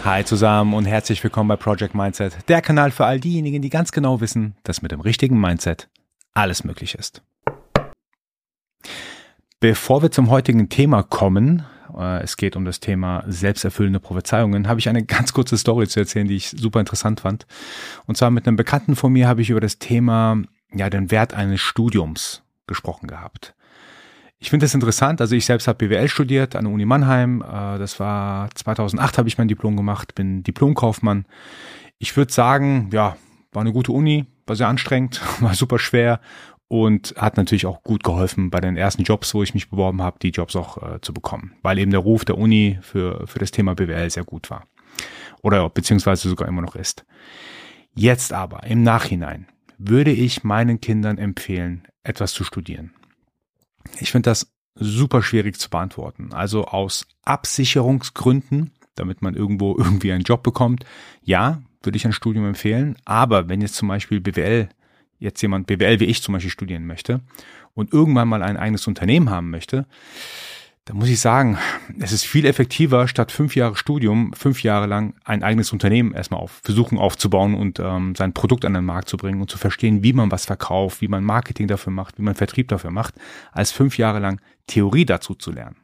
Hi zusammen und herzlich willkommen bei Project Mindset, der Kanal für all diejenigen, die ganz genau wissen, dass mit dem richtigen Mindset alles möglich ist. Bevor wir zum heutigen Thema kommen, es geht um das Thema selbsterfüllende Prophezeiungen, habe ich eine ganz kurze Story zu erzählen, die ich super interessant fand. Und zwar mit einem Bekannten von mir habe ich über das Thema, den Wert eines Studiums gesprochen gehabt. Ich finde das interessant, also ich selbst habe BWL studiert an der Uni Mannheim, das war 2008 habe ich mein Diplom gemacht, bin Diplomkaufmann. Ich würde sagen, war eine gute Uni, war sehr anstrengend, war super schwer und hat natürlich auch gut geholfen bei den ersten Jobs, wo ich mich beworben habe, die Jobs auch zu bekommen, weil eben der Ruf der Uni für das Thema BWL sehr gut war oder beziehungsweise sogar immer noch ist. Jetzt aber im Nachhinein würde ich meinen Kindern empfehlen, etwas zu studieren. Ich finde das super schwierig zu beantworten. Also aus Absicherungsgründen, damit man irgendwie einen Job bekommt, ja, würde ich ein Studium empfehlen. Aber wenn jetzt zum Beispiel jemand BWL wie ich zum Beispiel studieren möchte und irgendwann mal ein eigenes Unternehmen haben möchte, dann muss ich sagen, es ist viel effektiver, statt 5 Jahre Studium, 5 Jahre lang ein eigenes Unternehmen erstmal versuchen aufzubauen und sein Produkt an den Markt zu bringen und zu verstehen, wie man was verkauft, wie man Marketing dafür macht, wie man Vertrieb dafür macht, als 5 Jahre lang Theorie dazu zu lernen.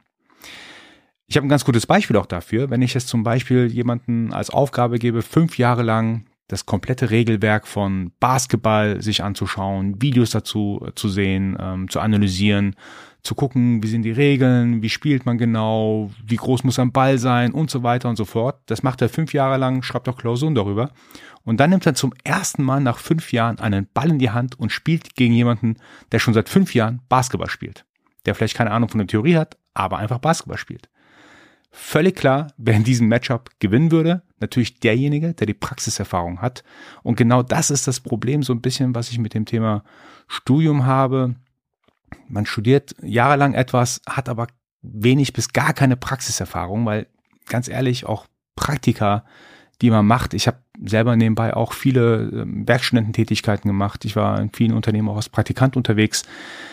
Ich habe ein ganz gutes Beispiel auch dafür, wenn ich es zum Beispiel jemanden als Aufgabe gebe, 5 Jahre lang das komplette Regelwerk von Basketball sich anzuschauen, Videos dazu zu sehen, zu analysieren, zu gucken, wie sind die Regeln, wie spielt man genau, wie groß muss ein Ball sein und so weiter und so fort. Das macht er 5 Jahre lang, schreibt auch Klausuren darüber. Und dann nimmt er zum ersten Mal nach 5 Jahren einen Ball in die Hand und spielt gegen jemanden, der schon seit 5 Jahren Basketball spielt. Der vielleicht keine Ahnung von der Theorie hat, aber einfach Basketball spielt. Völlig klar, wer in diesem Matchup gewinnen würde, natürlich derjenige, der die Praxiserfahrung hat. Und genau das ist das Problem so ein bisschen, was ich mit dem Thema Studium habe. Man studiert jahrelang etwas, hat aber wenig bis gar keine Praxiserfahrung, weil ganz ehrlich, auch Praktika, die man macht, ich habe selber nebenbei auch viele Werkstudententätigkeiten gemacht. Ich war in vielen Unternehmen auch als Praktikant unterwegs.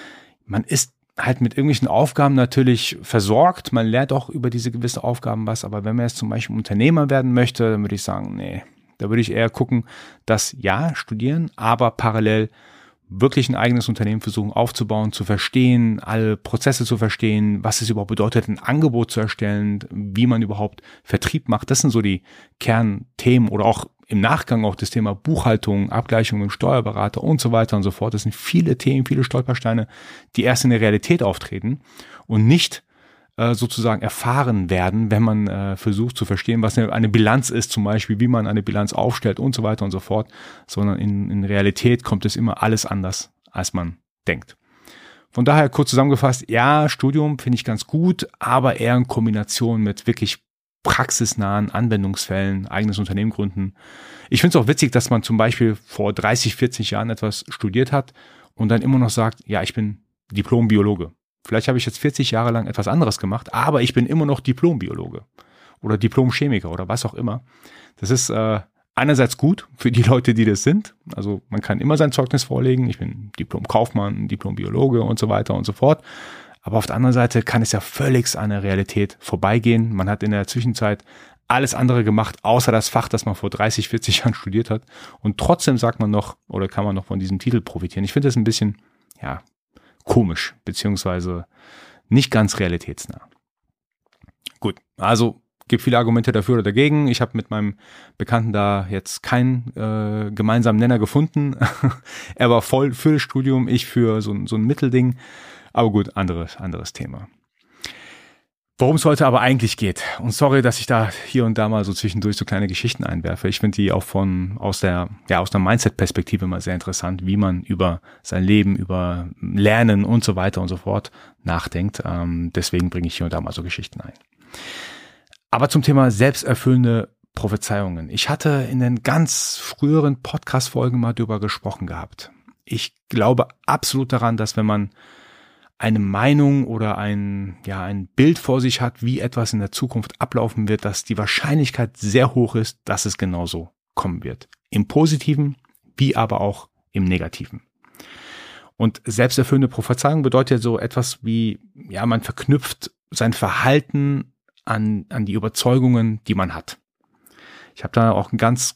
Man ist halt mit irgendwelchen Aufgaben natürlich versorgt. Man lernt auch über diese gewisse Aufgaben was, aber wenn man jetzt zum Beispiel Unternehmer werden möchte, dann würde ich sagen, nee, da würde ich eher gucken, dass studieren, aber parallel wirklich ein eigenes Unternehmen versuchen aufzubauen, zu verstehen, alle Prozesse zu verstehen, was es überhaupt bedeutet, ein Angebot zu erstellen, wie man überhaupt Vertrieb macht. Das sind so die Kernthemen oder auch im Nachgang auch das Thema Buchhaltung, Abgleichung mit dem Steuerberater und so weiter und so fort. Das sind viele Themen, viele Stolpersteine, die erst in der Realität auftreten und nicht sozusagen erfahren werden, wenn man versucht zu verstehen, was eine Bilanz ist, zum Beispiel, wie man eine Bilanz aufstellt und so weiter und so fort, sondern in Realität kommt es immer alles anders, als man denkt. Von daher kurz zusammengefasst, ja, Studium finde ich ganz gut, aber eher in Kombination mit wirklich praxisnahen Anwendungsfällen, eigenes Unternehmen gründen. Ich finde es auch witzig, dass man zum Beispiel vor 30, 40 Jahren etwas studiert hat und dann immer noch sagt, ja, ich bin Diplom-Biologe. Vielleicht habe ich jetzt 40 Jahre lang etwas anderes gemacht, aber ich bin immer noch Diplom-Biologe oder Diplom-Chemiker oder was auch immer. Das ist einerseits gut für die Leute, die das sind. Also man kann immer sein Zeugnis vorlegen. Ich bin Diplom-Kaufmann, Diplom-Biologe und so weiter und so fort. Aber auf der anderen Seite kann es ja völlig an der Realität vorbeigehen. Man hat in der Zwischenzeit alles andere gemacht, außer das Fach, das man vor 30, 40 Jahren studiert hat. Und trotzdem sagt man noch, oder kann man noch von diesem Titel profitieren. Ich finde das ein bisschen, komisch, beziehungsweise nicht ganz realitätsnah. Gut, also gibt viele Argumente dafür oder dagegen. Ich habe mit meinem Bekannten da jetzt keinen gemeinsamen Nenner gefunden. Er war voll für das Studium, ich für so ein Mittelding. Aber gut, anderes Thema. Worum es heute aber eigentlich geht, und sorry, dass ich da hier und da mal so zwischendurch so kleine Geschichten einwerfe. Ich finde die auch aus der Mindset-Perspektive mal sehr interessant, wie man über sein Leben, über Lernen und so weiter und so fort nachdenkt. Deswegen bringe ich hier und da mal so Geschichten ein. Aber zum Thema selbsterfüllende Prophezeiungen. Ich hatte in den ganz früheren Podcast-Folgen mal drüber gesprochen gehabt. Ich glaube absolut daran, dass wenn man eine Meinung oder ein Bild vor sich hat, wie etwas in der Zukunft ablaufen wird, dass die Wahrscheinlichkeit sehr hoch ist, dass es genauso kommen wird. Im Positiven wie aber auch im Negativen. Und selbsterfüllende Prophezeiung bedeutet so etwas wie, man verknüpft sein Verhalten an die Überzeugungen, die man hat. Ich habe da auch eine ganz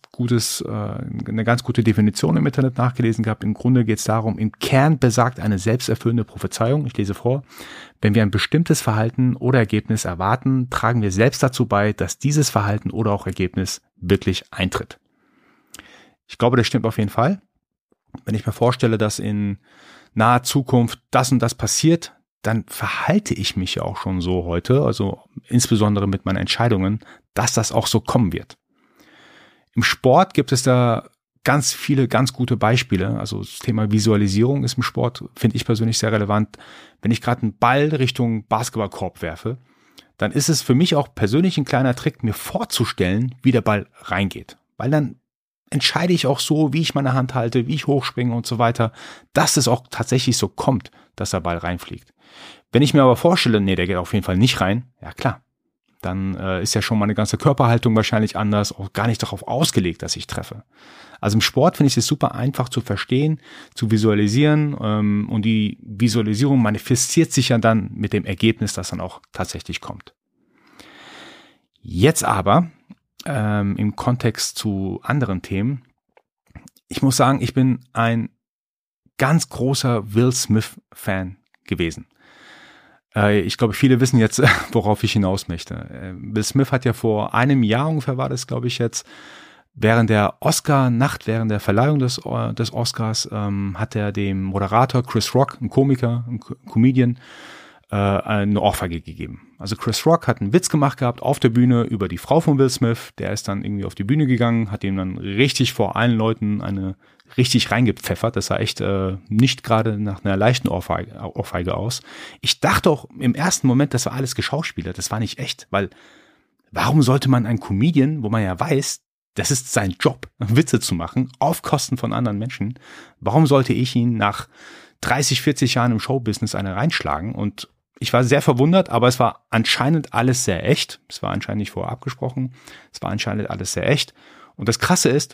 gute Definition im Internet nachgelesen gehabt. Im Grunde geht es darum, im Kern besagt eine selbsterfüllende Prophezeiung, ich lese vor, wenn wir ein bestimmtes Verhalten oder Ergebnis erwarten, tragen wir selbst dazu bei, dass dieses Verhalten oder auch Ergebnis wirklich eintritt. Ich glaube, das stimmt auf jeden Fall. Wenn ich mir vorstelle, dass in naher Zukunft das und das passiert, dann verhalte ich mich ja auch schon so heute, also insbesondere mit meinen Entscheidungen, dass das auch so kommen wird. Im Sport gibt es da ganz viele, ganz gute Beispiele. Also das Thema Visualisierung ist im Sport, finde ich persönlich sehr relevant. Wenn ich gerade einen Ball Richtung Basketballkorb werfe, dann ist es für mich auch persönlich ein kleiner Trick, mir vorzustellen, wie der Ball reingeht. Weil dann entscheide ich auch so, wie ich meine Hand halte, wie ich hochspringe und so weiter, dass es auch tatsächlich so kommt, dass der Ball reinfliegt. Wenn ich mir aber vorstelle, nee, der geht auf jeden Fall nicht rein, ja klar, dann ist ja schon meine ganze Körperhaltung wahrscheinlich anders, auch gar nicht darauf ausgelegt, dass ich treffe. Also im Sport finde ich es super einfach zu verstehen, zu visualisieren und die Visualisierung manifestiert sich ja dann mit dem Ergebnis, das dann auch tatsächlich kommt. Jetzt aber im Kontext zu anderen Themen, ich muss sagen, ich bin ein ganz großer Will Smith-Fan gewesen. Ich glaube, viele wissen jetzt, worauf ich hinaus möchte. Will Smith hat ja vor einem Jahr ungefähr, war das, glaube ich jetzt, während der Oscar-Nacht, während der Verleihung des Oscars, hat er dem Moderator Chris Rock, ein Komiker, ein Comedian, eine Ohrfeige gegeben. Also Chris Rock hat einen Witz gemacht gehabt auf der Bühne über die Frau von Will Smith. Der ist dann irgendwie auf die Bühne gegangen, hat ihm dann richtig vor allen Leuten eine richtig reingepfeffert. Das sah echt nicht gerade nach einer leichten Ohrfeige aus. Ich dachte auch im ersten Moment, das war alles geschauspielert. Das war nicht echt, weil warum sollte man einen Comedian, wo man ja weiß, das ist sein Job, Witze zu machen, auf Kosten von anderen Menschen, warum sollte ich ihn nach 30, 40 Jahren im Showbusiness eine reinschlagen? Und ich war sehr verwundert, aber es war anscheinend alles sehr echt. Es war anscheinend nicht vorher abgesprochen. Es war anscheinend alles sehr echt. Und das Krasse ist,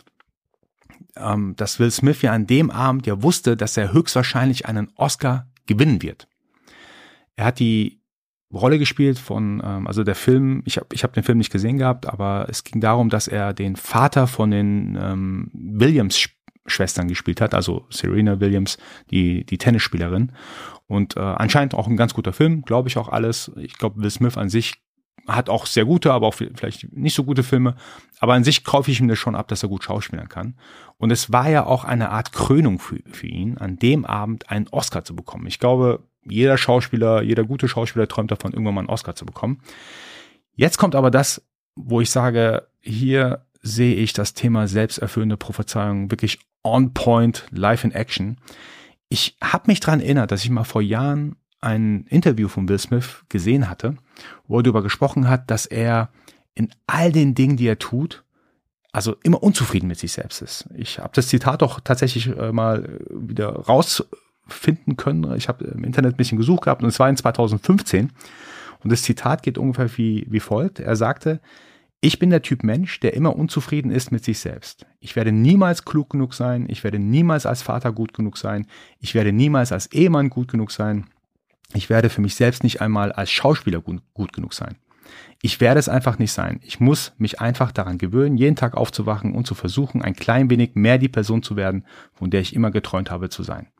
dass Will Smith ja an dem Abend ja wusste, dass er höchstwahrscheinlich einen Oscar gewinnen wird. Er hat die Rolle gespielt von, also der Film, ich hab den Film nicht gesehen gehabt, aber es ging darum, dass er den Vater von den Williams-Schwestern gespielt hat, also Serena Williams, die Tennisspielerin. Und anscheinend auch ein ganz guter Film, glaube ich auch alles. Ich glaube, Will Smith an sich hat auch sehr gute, aber auch vielleicht nicht so gute Filme. Aber an sich kaufe ich ihm das schon ab, dass er gut schauspielern kann. Und es war ja auch eine Art Krönung für ihn, an dem Abend einen Oscar zu bekommen. Ich glaube, jeder gute Schauspieler träumt davon, irgendwann mal einen Oscar zu bekommen. Jetzt kommt aber das, wo ich sage, hier sehe ich das Thema selbsterfüllende Prophezeiung wirklich on point, live in action. Ich habe mich daran erinnert, dass ich mal vor Jahren ein Interview von Will Smith gesehen hatte, wo er darüber gesprochen hat, dass er in all den Dingen, die er tut, also immer unzufrieden mit sich selbst ist. Ich habe das Zitat doch tatsächlich mal wieder rausfinden können. Ich habe im Internet ein bisschen gesucht gehabt und es war in 2015. Und das Zitat geht ungefähr wie folgt. Er sagte: Ich bin der Typ Mensch, der immer unzufrieden ist mit sich selbst. Ich werde niemals klug genug sein. Ich werde niemals als Vater gut genug sein. Ich werde niemals als Ehemann gut genug sein. Ich werde für mich selbst nicht einmal als Schauspieler gut genug sein. Ich werde es einfach nicht sein. Ich muss mich einfach daran gewöhnen, jeden Tag aufzuwachen und zu versuchen, ein klein wenig mehr die Person zu werden, von der ich immer geträumt habe zu sein.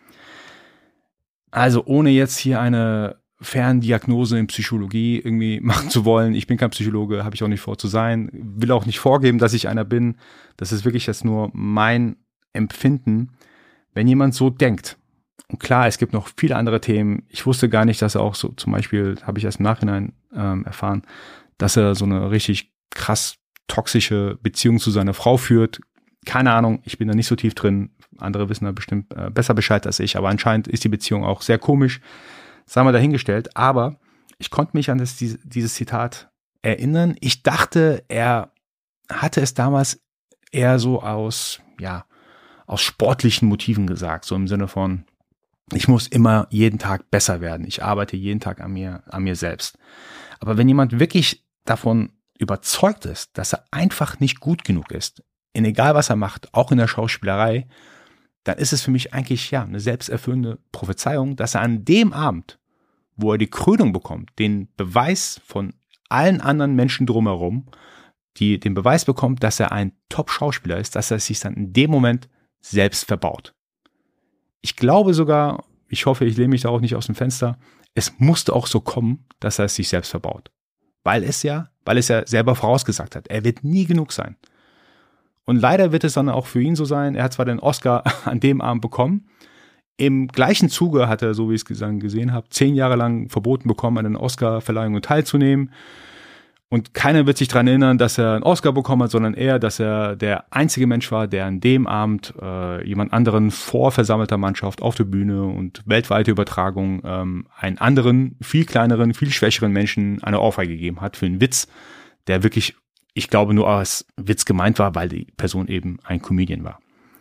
Also ohne jetzt hier eine Ferndiagnose in Psychologie irgendwie machen zu wollen. Ich bin kein Psychologe, habe ich auch nicht vor zu sein, will auch nicht vorgeben, dass ich einer bin. Das ist wirklich jetzt nur mein Empfinden, wenn jemand so denkt. Und klar, es gibt noch viele andere Themen. Ich wusste gar nicht, dass er auch so, zum Beispiel, habe ich erst im Nachhinein erfahren, dass er so eine richtig krass toxische Beziehung zu seiner Frau führt. Keine Ahnung, ich bin da nicht so tief drin. Andere wissen da bestimmt besser Bescheid als ich, aber anscheinend ist die Beziehung auch sehr komisch. Sei mal dahingestellt, aber ich konnte mich an dieses Zitat erinnern. Ich dachte, er hatte es damals eher so aus sportlichen Motiven gesagt, so im Sinne von, ich muss immer jeden Tag besser werden. Ich arbeite jeden Tag an mir selbst. Aber wenn jemand wirklich davon überzeugt ist, dass er einfach nicht gut genug ist, in egal was er macht, auch in der Schauspielerei, dann ist es für mich eigentlich eine selbsterfüllende Prophezeiung, dass er an dem Abend, wo er die Krönung bekommt, den Beweis von allen anderen Menschen drumherum, die den Beweis bekommt, dass er ein Top-Schauspieler ist, dass er sich dann in dem Moment selbst verbaut. Ich glaube sogar, ich hoffe, ich lehne mich da auch nicht aus dem Fenster, es musste auch so kommen, dass er es sich selbst verbaut. Weil es ja selber vorausgesagt hat, er wird nie genug sein. Und leider wird es dann auch für ihn so sein, er hat zwar den Oscar an dem Abend bekommen, im gleichen Zuge hat er, so wie ich es gesehen habe, 10 Jahre lang verboten bekommen, an den Oscar-Verleihungen teilzunehmen. Und keiner wird sich daran erinnern, dass er einen Oscar bekommen hat, sondern eher, dass er der einzige Mensch war, der an dem Abend jemand anderen vor versammelter Mannschaft auf der Bühne und weltweite Übertragung einen anderen, viel kleineren, viel schwächeren Menschen eine Ohrfeige gegeben hat für einen Witz, der wirklich, ich glaube, nur als Witz gemeint war, weil die Person eben ein Comedian war.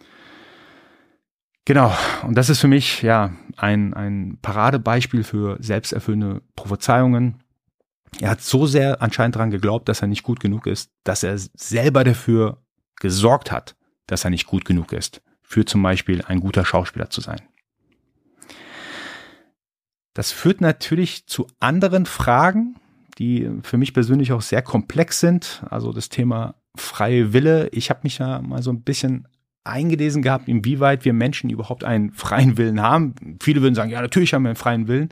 Genau, und das ist für mich ja ein Paradebeispiel für selbsterfüllende Prophezeiungen. Er hat so sehr anscheinend daran geglaubt, dass er nicht gut genug ist, dass er selber dafür gesorgt hat, dass er nicht gut genug ist, für zum Beispiel ein guter Schauspieler zu sein. Das führt natürlich zu anderen Fragen, die für mich persönlich auch sehr komplex sind. Also das Thema freie Wille. Ich habe mich ja mal so ein bisschen eingelesen gehabt, inwieweit wir Menschen überhaupt einen freien Willen haben. Viele würden sagen, ja, natürlich haben wir einen freien Willen.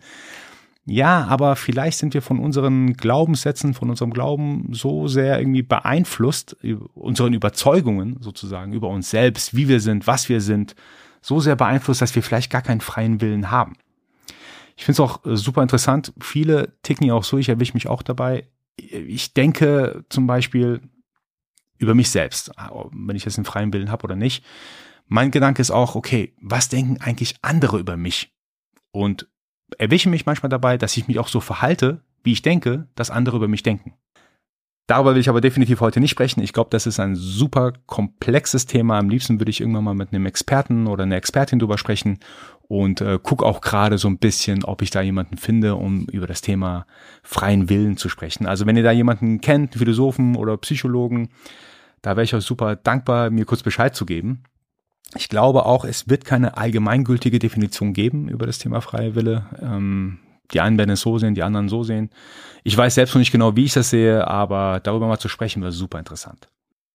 Ja, aber vielleicht sind wir von unseren Glaubenssätzen, von unserem Glauben so sehr irgendwie beeinflusst, unseren Überzeugungen sozusagen über uns selbst, wie wir sind, was wir sind, so sehr beeinflusst, dass wir vielleicht gar keinen freien Willen haben. Ich finde es auch super interessant. Viele ticken ja auch so, ich erwische mich auch dabei. Ich denke zum Beispiel über mich selbst, wenn ich jetzt einen freien Willen habe oder nicht. Mein Gedanke ist auch, okay, was denken eigentlich andere über mich? Und erwische mich manchmal dabei, dass ich mich auch so verhalte, wie ich denke, dass andere über mich denken. Darüber will ich aber definitiv heute nicht sprechen. Ich glaube, das ist ein super komplexes Thema. Am liebsten würde ich irgendwann mal mit einem Experten oder einer Expertin drüber sprechen und gucke auch gerade so ein bisschen, ob ich da jemanden finde, um über das Thema freien Willen zu sprechen. Also wenn ihr da jemanden kennt, einen Philosophen oder Psychologen, da wäre ich euch super dankbar, mir kurz Bescheid zu geben. Ich glaube auch, es wird keine allgemeingültige Definition geben über das Thema freie Wille. Die einen werden es so sehen, die anderen so sehen. Ich weiß selbst noch nicht genau, wie ich das sehe, aber darüber mal zu sprechen wäre super interessant.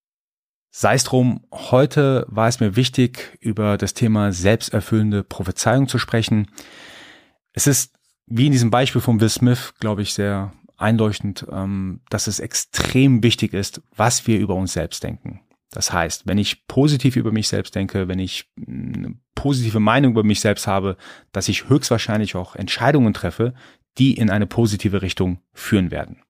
Sei es drum, heute war es mir wichtig, über das Thema selbsterfüllende Prophezeiung zu sprechen. Es ist, wie in diesem Beispiel von Will Smith, glaube ich, sehr einleuchtend, dass es extrem wichtig ist, was wir über uns selbst denken. Das heißt, wenn ich positiv über mich selbst denke, wenn ich eine positive Meinung über mich selbst habe, dass ich höchstwahrscheinlich auch Entscheidungen treffe, die in eine positive Richtung führen werden.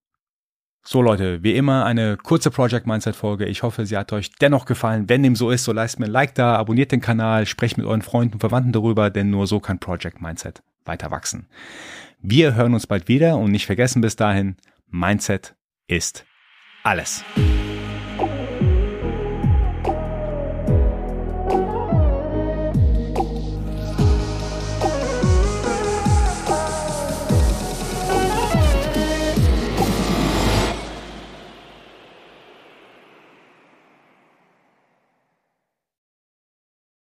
So Leute, wie immer eine kurze Project Mindset Folge. Ich hoffe, sie hat euch dennoch gefallen. Wenn dem so ist, so lasst mir ein Like da, abonniert den Kanal, sprecht mit euren Freunden und Verwandten darüber, denn nur so kann Project Mindset weiter wachsen. Wir hören uns bald wieder und nicht vergessen bis dahin, Mindset ist alles.